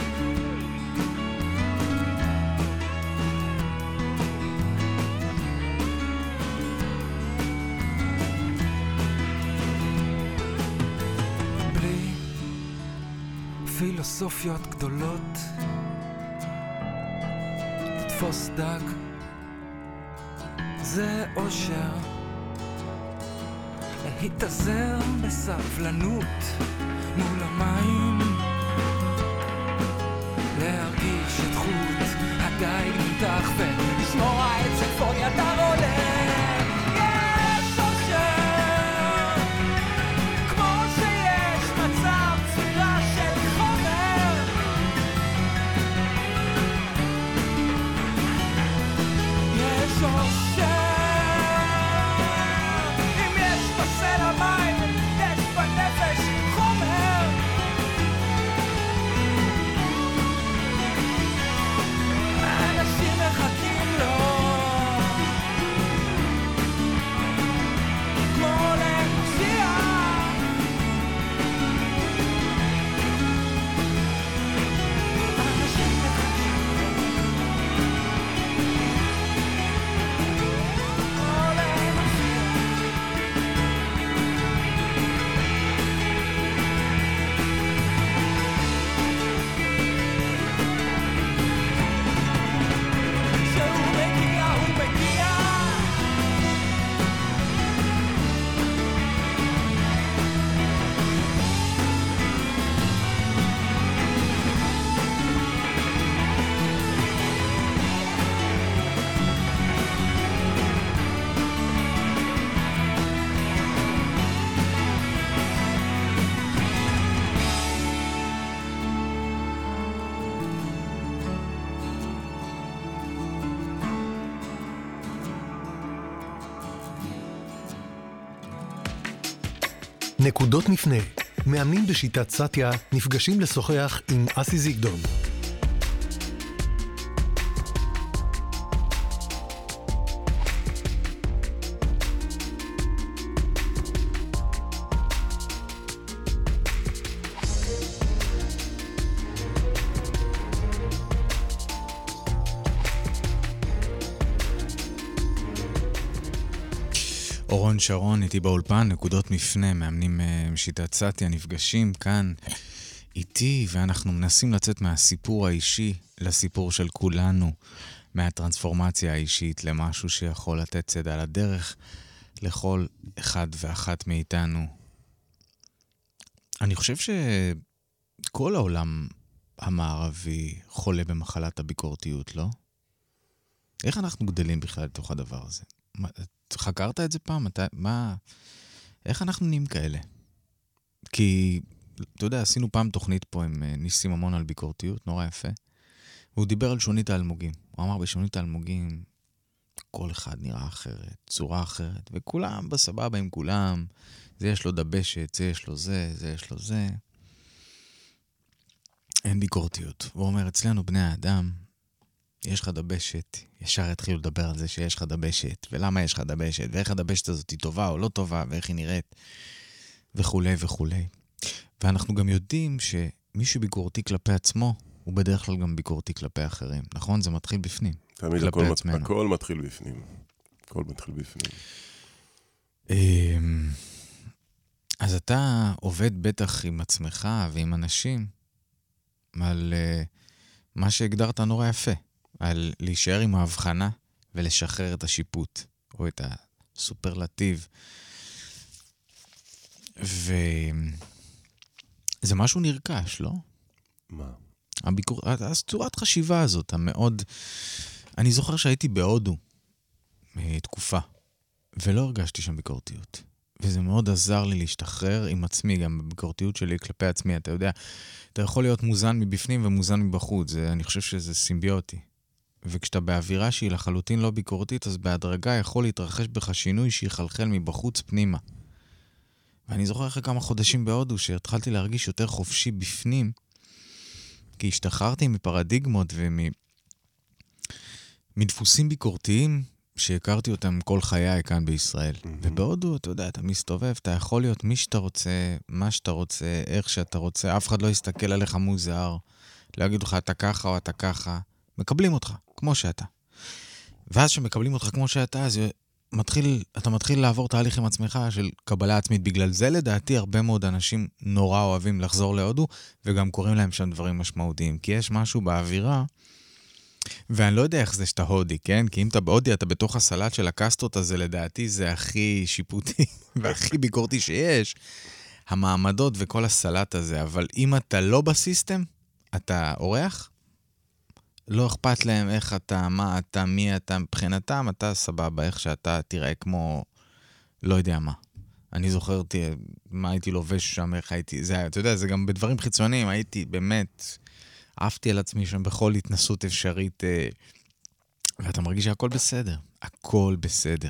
S7: בלי פילוסופיות גדולות, לתפוס דג זה אושר, להתאזר בסבלנות מול המים, להרגיש את חוט הדיג נמתח ולשמוע את סימפוניית הרולר. יש אושר כמו שיש מצב צבירה של חומר. יש אושר
S2: נקודות מפנה. מאמנים בשיטת סאטיה נפגשים לשוחח עם אסי זיגדון.
S3: אורון שרון איתי באולפן, נקודות מפנה, מאמנים בשיטת סאטיה, נפגשים כאן איתי, ואנחנו מנסים לצאת מהסיפור האישי לסיפור של כולנו, מהטרנספורמציה האישית למשהו שיכול לתת צדה לדרך לכל אחד ואחת מאיתנו. אני חושב שכל העולם המערבי חולה במחלת הביקורתיות, לא? איך אנחנו גדלים בכלל לתוך הדבר הזה? חקרת את זה פעם? איך אנחנו נהיים כאלה? כי, אתה יודע, עשינו פעם תוכנית פה עם ניסים המון על ביקורתיות, נורא יפה. והוא דיבר על שונית האלמוגים. הוא אמר, בשונית האלמוגים, כל אחד נראה אחרת, צורה אחרת, וכולם בסבבה עם כולם. זה יש לו דבשת, זה יש לו זה, זה יש לו זה. אין ביקורתיות. הוא אומר, אצלנו בני האדם, יש לך דבשת, ישר התחילו לדבר על זה שיש לך דבשת, ולמה יש לך דבשת, ואיך הדבשת הזאת היא טובה או לא טובה, ואיך היא נראית, וכו' וכו'. ואנחנו גם יודעים שמישהו ביקורתי כלפי עצמו, הוא בדרך כלל גם ביקורתי כלפי אחרים. נכון? זה מתחיל בפנים.
S4: תמיד הכל מתחיל בפנים. הכל מתחיל בפנים.
S3: אז אתה עובד בטח עם עצמך ועם אנשים, על מה שהגדרת נורא יפה. על להישאר עם ההבחנה ולשחרר את השיפוט, או את הסופרלטיב. וזה משהו נרכש, לא?
S4: מה?
S3: הצורת חשיבה הזאת, המאוד... אני זוכר שהייתי בהודו תקופה, ולא הרגשתי שם ביקורתיות. וזה מאוד עזר לי להשתחרר עם עצמי, גם בביקורתיות שלי כלפי עצמי. אתה יודע, אתה יכול להיות מוזן מבפנים ומוזן מבחוץ. אני חושב שזה סימביוטי. וכשאתה באווירה שהיא לחלוטין לא ביקורתית, אז בהדרגה יכול להתרחש בך שינוי שיחלחל מבחוץ פנימה. ואני זוכר אחרי כמה חודשים בהודו שהתחלתי להרגיש יותר חופשי בפנים, כי השתחררתי מפרדיגמות מדפוסים ביקורתיים שהכרתי אותם כל חיי כאן בישראל. ובהודו, אתה יודע, אתה מסתובב, אתה יכול להיות מי שאתה רוצה, מה שאתה רוצה, איך שאתה רוצה, אף אחד לא יסתכל עליך מוזר, להגיד לך אתה ככה או אתה ככה, מקבלים אותך כמו שאתה. ואז שמקבלים אותך כמו שאתה, אז אתה מתחיל לעבור תהליך עם עצמך של קבלה עצמית. בגלל זה לדעתי הרבה מאוד אנשים נורא אוהבים לחזור להודו, וגם קוראים להם שם דברים משמעותיים. כי יש משהו באווירה, ואני לא יודע איך זה שאתה הודי, כן? כי אם אתה בהודי, אתה בתוך הסלט של הקסטות הזה, לדעתי זה הכי שיפוטי והכי ביקורתי שיש, המעמדות וכל הסלט הזה. אבל אם אתה לא בסיסטם, אתה אורח, לא אכפת להם איך אתה, מה אתה, מי אתה, מבחינתם, אתה סבבה, איך שאתה תראה כמו, לא יודע מה. אני זוכרתי מה הייתי לובש שם, איך הייתי, זה, אתה יודע, זה גם בדברים חיצוניים, הייתי באמת, עפתי על עצמי שם בכל התנסות אפשרית, ואתה מרגיש שהכל בסדר, הכל בסדר.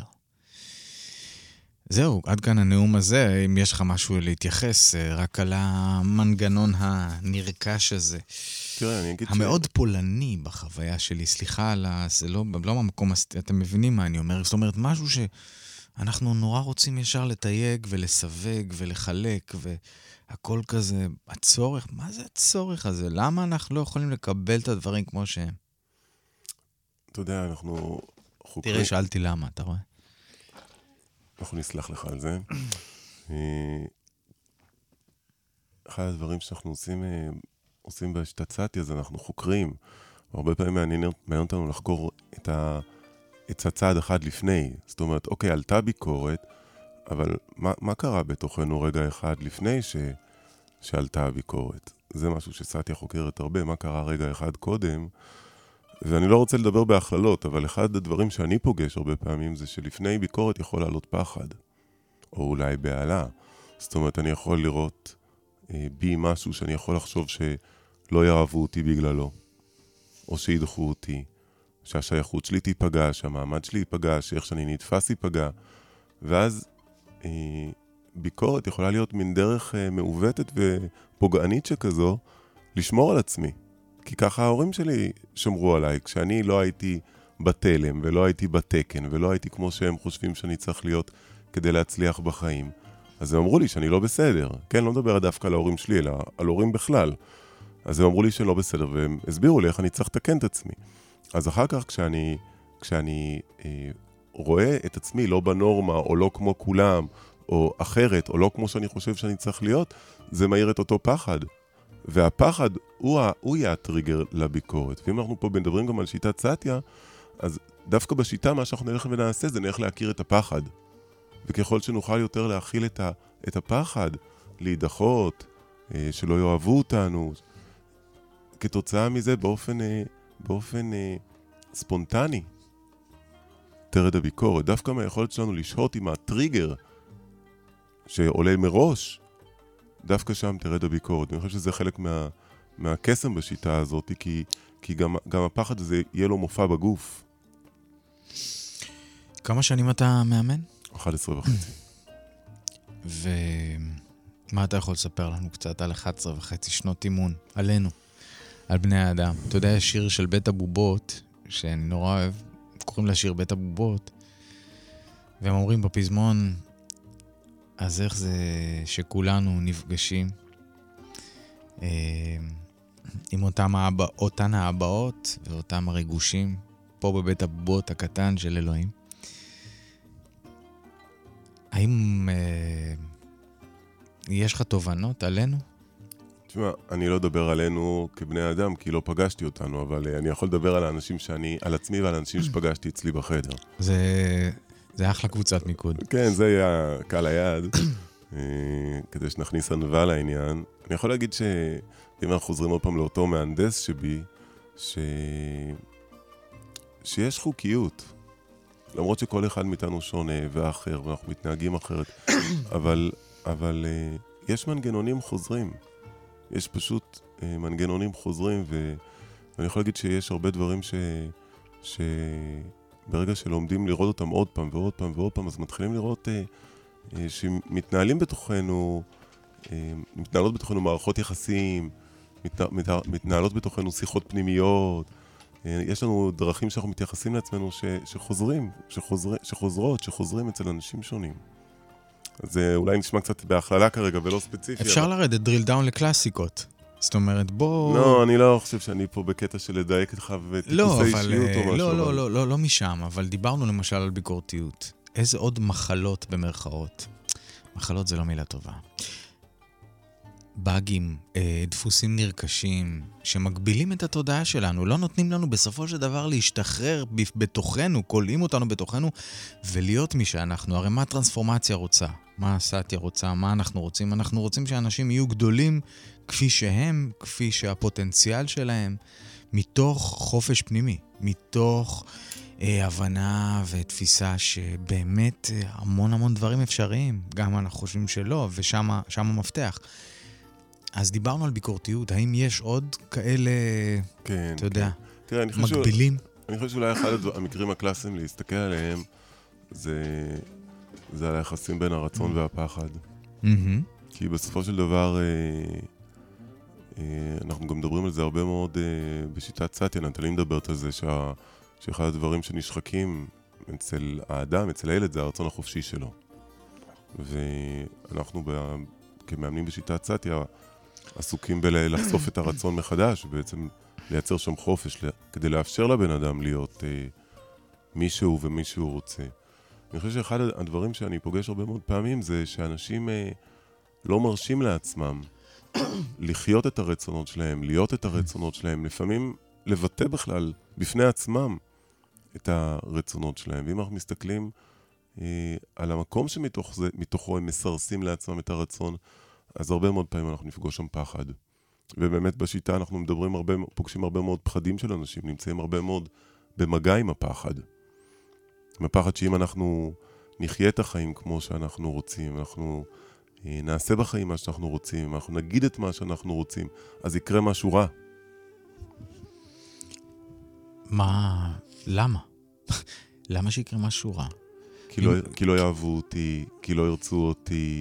S3: זהו, עד כאן הנאום הזה, אם יש לך משהו להתייחס, רק על המנגנון הנרכש הזה.
S4: תראה, אני אגיד
S3: המאוד פולני בחוויה שלי, סליחה על זה לא במקום, אתם מבינים מה אני אומר, זאת אומרת, משהו שאנחנו נורא רוצים ישר לתייג ולסווג ולחלק, והכל כזה, הצורך, מה זה הצורך הזה? למה אנחנו לא יכולים לקבל את הדברים כמו שהם?
S4: אתה יודע, אנחנו חוקרים...
S3: תראה, שאלתי למה, אתה רואה?
S4: אנחנו נסלח לך על זה. אחד הדברים שאנחנו עושים בשיטת סאטיה, אז אנחנו חוקרים. הרבה פעמים מעניין אותנו לחקור את הצעד אחד לפני. זאת אומרת, אוקיי, עלתה ביקורת, אבל מה קרה בתוכנו רגע אחד לפני שעלתה הביקורת? זה משהו שסאטיה חוקרת הרבה, מה קרה רגע אחד קודם? ואני לא רוצה לדבר בהכללות, אבל אחד הדברים שאני פוגש הרבה פעמים זה שלפני ביקורת יכול לעלות פחד, או אולי בעלה. זאת אומרת, אני יכול לראות בי משהו שאני יכול לחשוב שלא יאהבו אותי בגללו, או שידחו אותי, שהשייכות שלי תיפגע, שהמעמד שלי ייפגע, שאיך שאני נתפס ייפגע. ואז ביקורת יכולה להיות מין דרך מעוותת ופוגענית שכזו, לשמור על עצמי. כי ככה ההורים שלי שמרו עליי, כשאני לא הייתי בתלם, ולא הייתי בתקן, ולא הייתי כמו שהם חושבים שאני צריך להיות כדי להצליח בחיים. אז הם אמרו לי שאני לא בסדר. כן, לא מדבר דווקא על ההורים שלי, אלא על הורים בכלל. אז הם אמרו לי שלא בסדר, והם הסבירו לי איך אני צריך לתקן את עצמי. אז אחר כך, כשאני רואה את עצמי לא בנורמה, או לא כמו כולם, או אחרת, או לא כמו שאני חושב שאני צריך להיות, זה מהיר את אותו פחד. והפחד הוא יהיה הטריגר לביקורת. ואם אנחנו פה מדברים גם על שיטת סאטיה, אז דווקא בשיטה מה שאנחנו נלך ונעשה זה נלך להכיר את הפחד. וככל שנוכל יותר להכיל את הפחד, להידחות, שלא יאהבו אותנו, כתוצאה מזה באופן ספונטני, תרד הביקורת. דווקא מהיכולת שלנו לשהות עם הטריגר שעולה מראש, דווקא שם תרד הביקורת. אני חושב שזה חלק מהקסם בשיטה הזאת, כי גם הפחד הזה יהיה לו מופע בגוף.
S3: כמה שנים אתה מאמן?
S4: 11.5.
S3: ומה אתה יכול לספר לנו קצת על 11.5 שנות אימון? עלינו, על בני האדם. אתה יודע, יש שיר של בית הבובות, שאני נורא אוהב, קוראים לה שיר בית הבובות, והם אומרים בפזמון, אז איך זה שכולנו נפגשים עם אותן ההבאות ואותם הרגושים פה בבית הבובות הקטן של אלוהים? האם יש לך תובנות עלינו?
S4: תשמע, אני לא אדבר עלינו כבני אדם, כי לא פגשתי אותנו, אבל אני יכול לדבר על האנשים על עצמי ועל האנשים שפגשתי אצלי בחדר.
S3: זה אחלה קבוצת מיקוד.
S4: כן, זה היה קל היד, כדי שנכניס ענווה לעניין. אני יכול להגיד שאם אנחנו חוזרים עוד פעם לאותו מהנדס שבי, שיש חוקיות. למרות שכל אחד מאיתנו שונה ואחר, ואנחנו מתנהגים אחרת, אבל יש מנגנונים חוזרים. יש פשוט מנגנונים חוזרים, ואני יכול להגיד שיש הרבה דברים שברגע שלומדים לראות אותם עוד פעם ועוד פעם ועוד פעם, אז מתחילים לראות שמתנהלים בתוכנו, מתנהלות בתוכנו מערכות יחסים, מתנהלות בתוכנו שיחות פנימיות, יש לנו דרכים שאנחנו מתייחסים לעצמנו שחוזרים אצל אנשים שונים. אז זה אולי נשמע קצת בהכללה כרגע ולא ספציפי.
S3: אפשר לרדת דריל דאון לקלאסיקות. זאת אומרת, בוא...
S4: לא, אני לא חושב שאני פה בקטע של לדייק איתך וטיפוסי אישיות או משהו.
S3: לא משם, אבל דיברנו למשל על ביקורתיות. איזה עוד מחלות במרכאות? מחלות זה לא מילה טובה. באגים, דפוסים נרכשים, שמגבילים את התודעה שלנו, לא נותנים לנו בסופו של דבר להשתחרר בתוכנו, קולעים אותנו בתוכנו, ולהיות מי שאנחנו. הרי מה הטרנספורמציה רוצה? מה הסטיה רוצה? מה אנחנו רוצים? אנחנו רוצים שאנשים יהיו גדולים כפי שהם, כפי שהפוטנציאל שלהם, מתוך חופש פנימי, מתוך הבנה ותפיסה שבאמת המון דברים אפשריים, גם אנחנו חושבים שלא, ושם המפתח. אז דיברנו על ביקורתיות, האם יש עוד כאלה,
S4: כן,
S3: אתה יודע,
S4: תראה,
S3: מקבילים?
S4: אני חושב שאולי אחד המקרים הקלאסיים להסתכל עליהם, זה על היחסים בין הרצון והפחד. כי בסופו של דבר, אנחנו גם מדברים על זה הרבה מאוד בשיטת סטיה, נטלי מדברת על זה שאחד הדברים שנשחקים אצל האדם, אצל הילד, זה הרצון החופשי שלו. ואנחנו כמאמנים בשיטת סטיה, עסוקים בלחשוף את הרצון מחדש, ובעצם לייצר שם חופש, כדי לאפשר לבן אדם להיות מישהו ומי שהוא רוצה. אני חושב שאחד הדברים שאני פוגש הרבה מאוד פעמים, זה שאנשים לא מרשים לעצמם לחיות את הרצונות שלהם, להיות את הרצונות שלהם, לפעמים לבטא בכלל בפני עצמם את הרצונות שלהם. ואם אנחנו מסתכלים על המקום שמתוכו הם מסרסים לעצמם את הרצון, אז הרבה מאוד פעמים אנחנו נפגוש שם פחד. ובאמת בשיטה אנחנו פוגשים הרבה מאוד פחדים של אנשים, נמצאים הרבה מאוד במגע עם הפחד. עם הפחד שאם אנחנו נחיה את החיים כמו שאנחנו רוצים, אנחנו נעשה בחיים מה שאנחנו רוצים, אנחנו נגיד את מה שאנחנו רוצים, אז יקרה משהו רע.
S3: מה? למה? למה שיקרה משהו רע?
S4: כי לא יאהבו אותי, כי לא ירצו אותי,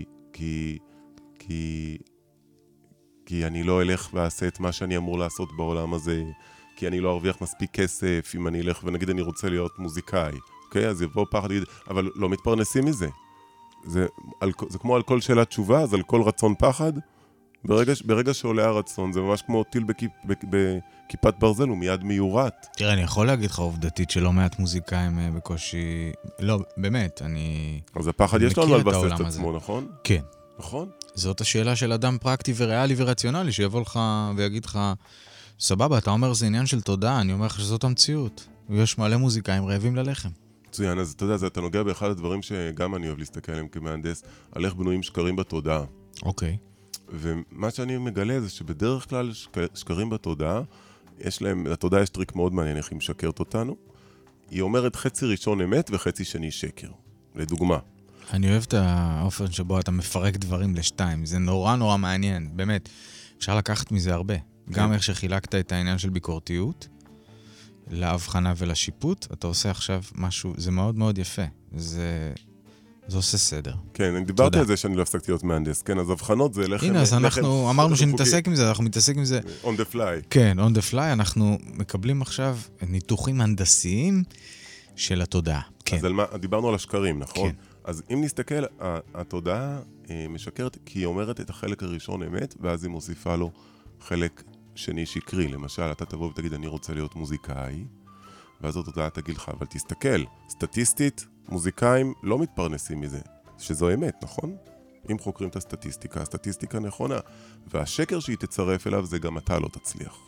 S4: כי אני לא אלך ועשה את מה שאני אמור לעשות בעולם הזה, כי אני לא ארוויח מספיק כסף אם אני אלך ונגיד אני רוצה להיות מוזיקאי. אוקיי? אז יבוא פחד, אבל לא מתפרנסים מזה. זה כמו על כל שאלת תשובה, אז על כל רצון פחד. ברגע שעולה הרצון, זה ממש כמו טיל בכיפת ברזל, הוא מיד מיורט.
S3: תראה, אני יכול להגיד לך עובדתית שלא מעט מוזיקאים בקושי... לא, באמת, אני...
S4: אז הפחד יש לנו על בסט את עצמו, נכון?
S3: כן.
S4: נכון?
S3: זאת השאלה של אדם פרקטי וריאלי ורציונלי, שיבוא לך ויגיד לך, סבבה, אתה אומר זה עניין של תודעה, אני אומר לך שזאת המציאות. ויש מלא מוזיקאים רעבים ללחם.
S4: מצוין, אז אתה יודע, אתה נוגע באחד הדברים שגם אני אוהב להסתכל עליהם כמהנדס, על איך בנויים שקרים בתודעה.
S3: אוקיי.
S4: ומה שאני מגלה זה שבדרך כלל שקרים בתודעה, לתודעה יש טריק מאוד מעניין איך היא משקרת אותנו. היא אומרת חצי ראשון אמת וחצי שני שקר. לדוגמה.
S3: אני אוהב את האופן שבו אתה מפרק דברים לשתיים. זה נורא מעניין, באמת. אפשר לקחת מזה הרבה. גם איך שחילקת את העניין של ביקורתיות, להבחנה ולשיפוט, אתה עושה עכשיו משהו, זה מאוד יפה. זה עושה סדר.
S4: כן, אני דיברתי על זה שאני לא הפסקתי להיות מהנדס. כן, אז הבחנות זה לחם...
S3: הנה, אז אנחנו אמרנו שנתעסק עם זה, אנחנו מתעסק עם זה.
S4: On the fly.
S3: כן, on the fly, אנחנו מקבלים עכשיו ניתוחים הנדסיים של התודעה. כן.
S4: אז דיברנו על השקרים, נכון?
S3: כן.
S4: אז אם נסתכל, התודעה משקרת כי היא אומרת את החלק הראשון אמת, ואז היא מוסיפה לו חלק שני שקרי. למשל, אתה תבוא ותגיד, אני רוצה להיות מוזיקאי, ואז התודעה תגיד לך, אבל תסתכל, סטטיסטית, מוזיקאים לא מתפרנסים מזה, שזו אמת, נכון? אם חוקרים את הסטטיסטיקה, הסטטיסטיקה נכונה, והשקר שהיא תצרף אליו זה גם אתה לא תצליח.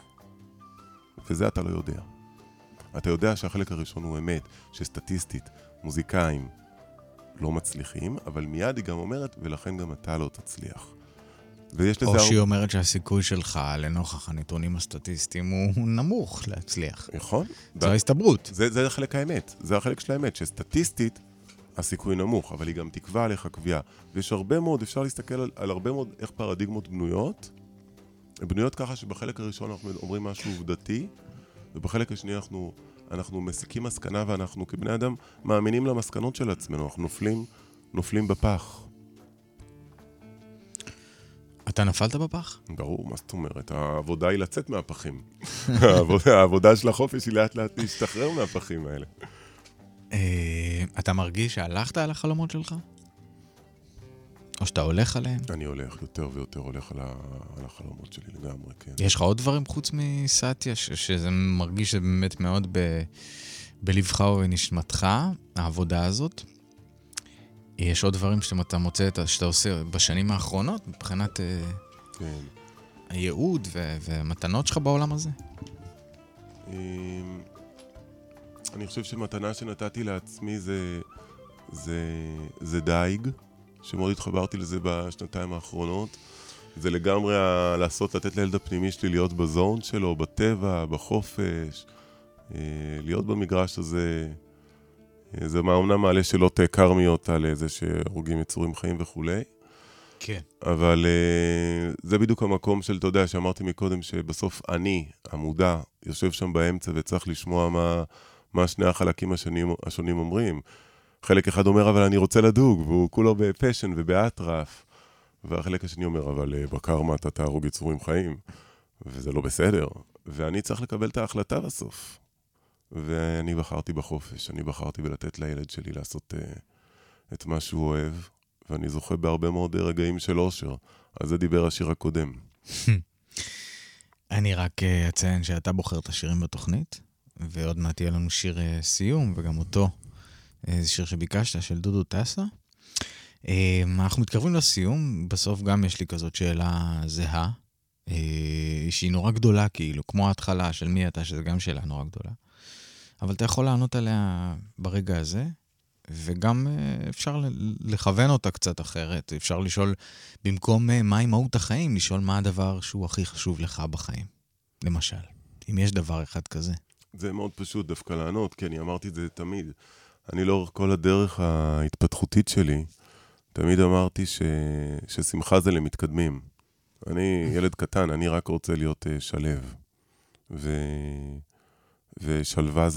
S4: וזה אתה לא יודע. אתה יודע שהחלק הראשון הוא אמת, שסטטיסטית, מוזיקאים לא מצליחים, אבל מיד היא גם אומרת, ולכן גם אתה לא תצליח. ויש לזה...
S3: או שהיא אומרת שהסיכוי שלך לנוכח הנתונים הסטטיסטיים הוא נמוך להצליח.
S4: נכון.
S3: זו ההסתברות.
S4: זה חלק האמת. זה החלק של האמת, שסטטיסטית הסיכוי נמוך, אבל היא גם תקבע עליך קביעה. ויש הרבה מאוד, אפשר להסתכל על הרבה מאוד איך פרדיגמות בנויות. בנויות ככה שבחלק הראשון אנחנו אומרים משהו עובדתי, ובחלק השני אנחנו מסיקים מסקנה, ואנחנו כבני אדם מאמינים למסקנות של עצמנו. אנחנו נופלים בפח.
S3: אתה נפלת בפח?
S4: ברור, מה זאת אומרת? העבודה היא לצאת מהפחים. העבודה של החופש היא לאט לאט להשתחרר מהפחים האלה.
S3: אתה מרגיש שהלכת על החלומות שלך? או שאתה הולך עליהם?
S4: אני הולך יותר ויותר הולך על החלומות שלי לגמרי, כן.
S3: יש לך עוד דברים חוץ מסטיה, שזה מרגיש באמת מאוד בלבך ובנשמתך, העבודה הזאת? יש עוד דברים שאתה מוצא, שאתה עושה בשנים האחרונות, מבחינת
S4: כן.
S3: הייעוד והמתנות שלך בעולם הזה?
S4: אני חושב שמתנה שנתתי לעצמי זה דייג, שמאוד התחברתי לזה בשנתיים האחרונות. זה לגמרי לתת לילד הפנימי שלי להיות בזון שלו, בטבע, בחופש, להיות במגרש הזה. זה אומנם מעלה שאלות קרמיות על זה שהורגים יצורים חיים וכו'.
S3: כן.
S4: אבל זה בדיוק המקום של, אתה יודע, שאמרתי מקודם, שבסוף אני, המודע, יושב שם באמצע וצריך לשמוע מה שני החלקים השונים אומרים. חלק אחד אומר, אבל אני רוצה לדוג, והוא כולו בפשן ובאטרף. והחלק השני אומר, אבל בקרמה אתה תהרוג יצורים חיים, וזה לא בסדר. ואני צריך לקבל את ההחלטה בסוף. ואני בחרתי בחופש, אני בחרתי בלתת לילד שלי לעשות את מה שהוא אוהב, ואני זוכה בהרבה מאוד רגעים של אושר. על זה דיבר השיר הקודם.
S3: אני רק אציין שאתה בוחר את השירים בתוכנית, ועוד מעט יהיה לנו שיר סיום, וגם אותו, זה שיר שביקשת, של דודו טסה. אנחנו מתקרבים לסיום, בסוף גם יש לי כזאת שאלה זהה, שהיא נורא גדולה כאילו, כמו ההתחלה של מי אתה, שזה גם שאלה נורא גדולה. אבל אתה יכול לענות עליה ברגע הזה, וגם אפשר לכוון אותה קצת אחרת. אפשר לשאול, במקום מהי מהות החיים, לשאול מה הדבר שהוא הכי חשוב לך בחיים. למשל, אם יש דבר אחד כזה.
S4: זה מאוד פשוט דווקא לענות, כי אני אמרתי את זה תמיד. אני לאורך כל הדרך ההתפתחותית שלי, תמיד אמרתי ששמחה זה למתקדמים. אני ילד קטן, אני רק רוצה להיות שלב. ושלווה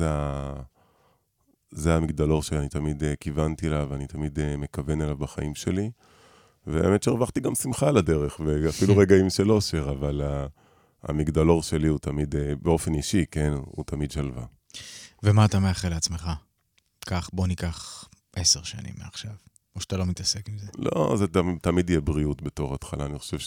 S4: זה המגדלור שאני תמיד כיוונתי אליו, ואני תמיד מכוון אליו בחיים שלי. והאמת שהרווחתי גם שמחה על הדרך, ואפילו רגעים של אושר, אבל המגדלור שלי הוא תמיד, באופן אישי, כן, הוא תמיד שלווה.
S3: ומה אתה מאחל לעצמך? בוא ניקח 10 שנים מעכשיו, או שאתה לא מתעסק עם זה?
S4: לא, זה תמיד יהיה בריאות בתור התחלה. אני חושב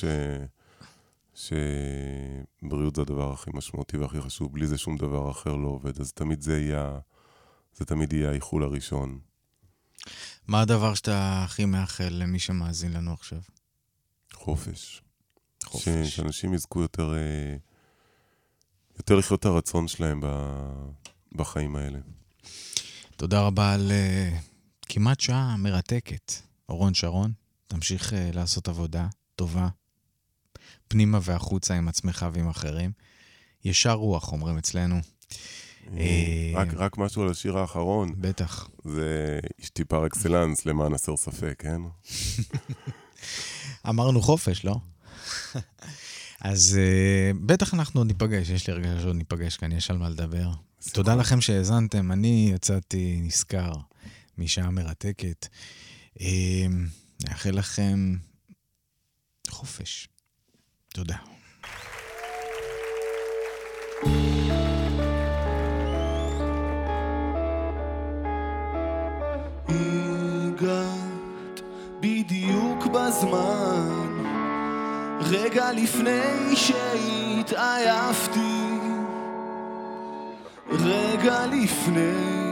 S4: שבריאות זה הדבר הכי משמעותי והכי חשוב. בלי זה שום דבר אחר לא עובד. אז תמיד זה תמיד יהיה האיחול הראשון.
S3: מה הדבר שאתה הכי מאחל למי שמאזין לנו עכשיו?
S4: חופש. שאנשים יזכו יותר לחיות את הרצון שלהם בחיים האלה.
S3: תודה רבה על כמעט שעה מרתקת. אורון שרון, תמשיך לעשות עבודה טובה, פנימה והחוצה עם עצמך ועם אחרים. ישר רוח, אומרים אצלנו.
S4: רק משהו על השיר האחרון.
S3: בטח.
S4: זה אשתי פר אקסלנס, למען הסר ספק, כן?
S3: אמרנו חופש, לא? אז בטח אנחנו עוד ניפגש, יש לי הרגשה שעוד ניפגש כאן, יש על מה לדבר. תודה לכם שהאזנתם, אני יצאתי נזכר משעה מרתקת. נאחל לכם חופש. תודה.
S8: הגעת בדיוק בזמן, רגע לפני שהתעייפתי, רגע לפני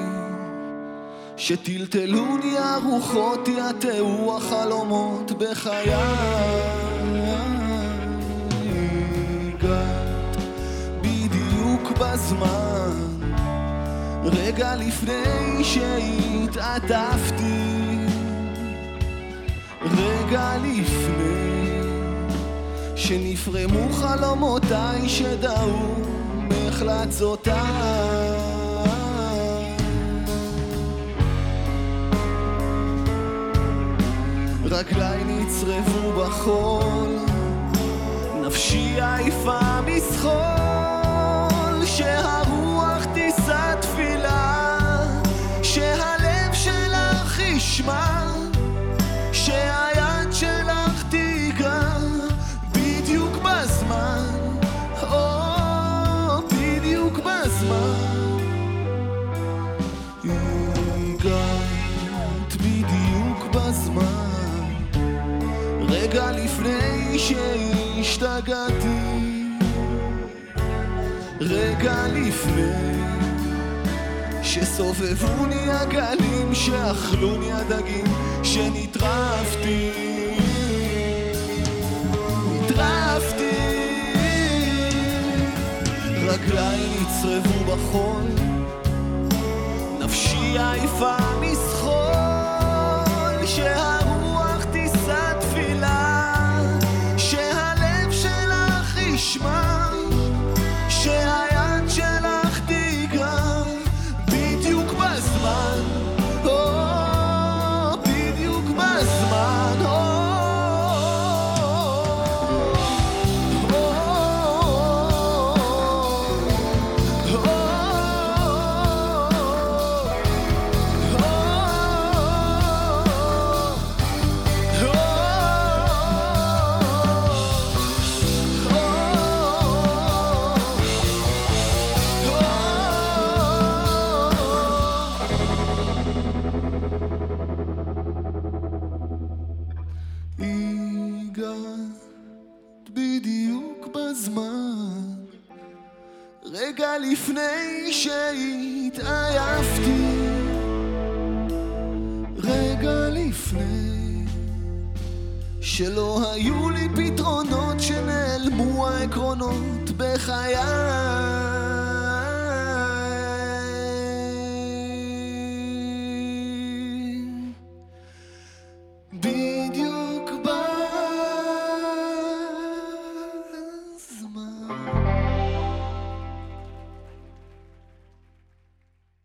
S8: שטלטלוני הרוחות, יתאו החלומות בחיי. הגעת בדיוק בזמן, רגע לפני שהתעטפתי, רגע לפני שנפרמו חלומותיי שדעו מחלצותיי. רגליי נצרבו בחול, נפשי עייפה מסחול, שהרוח תישא תפילה, שהלב שלך ישמע, שהיד שלך תיגע בדיוק בזמן, בדיוק בזמן. הגעת בדיוק בזמן, רגע לפני שהשתגעתי, רגע לפני שסובבוני הגלים, שאכלוני הדגים, שנטרפתי, נטרפתי. רגליי נצרבו בחול, נפשי עייפה מסחול, שהרוח תישא תפילה, שהלב שלך ישמע, שהיד שלך תיגע בדיוק בזמן, בדיוק בזמן, בדיוק בזמן, רגע לפני שהתעייפתי, רגע לפני שלא היו לי פתרונות, שנעלמו העקרונות בחיי.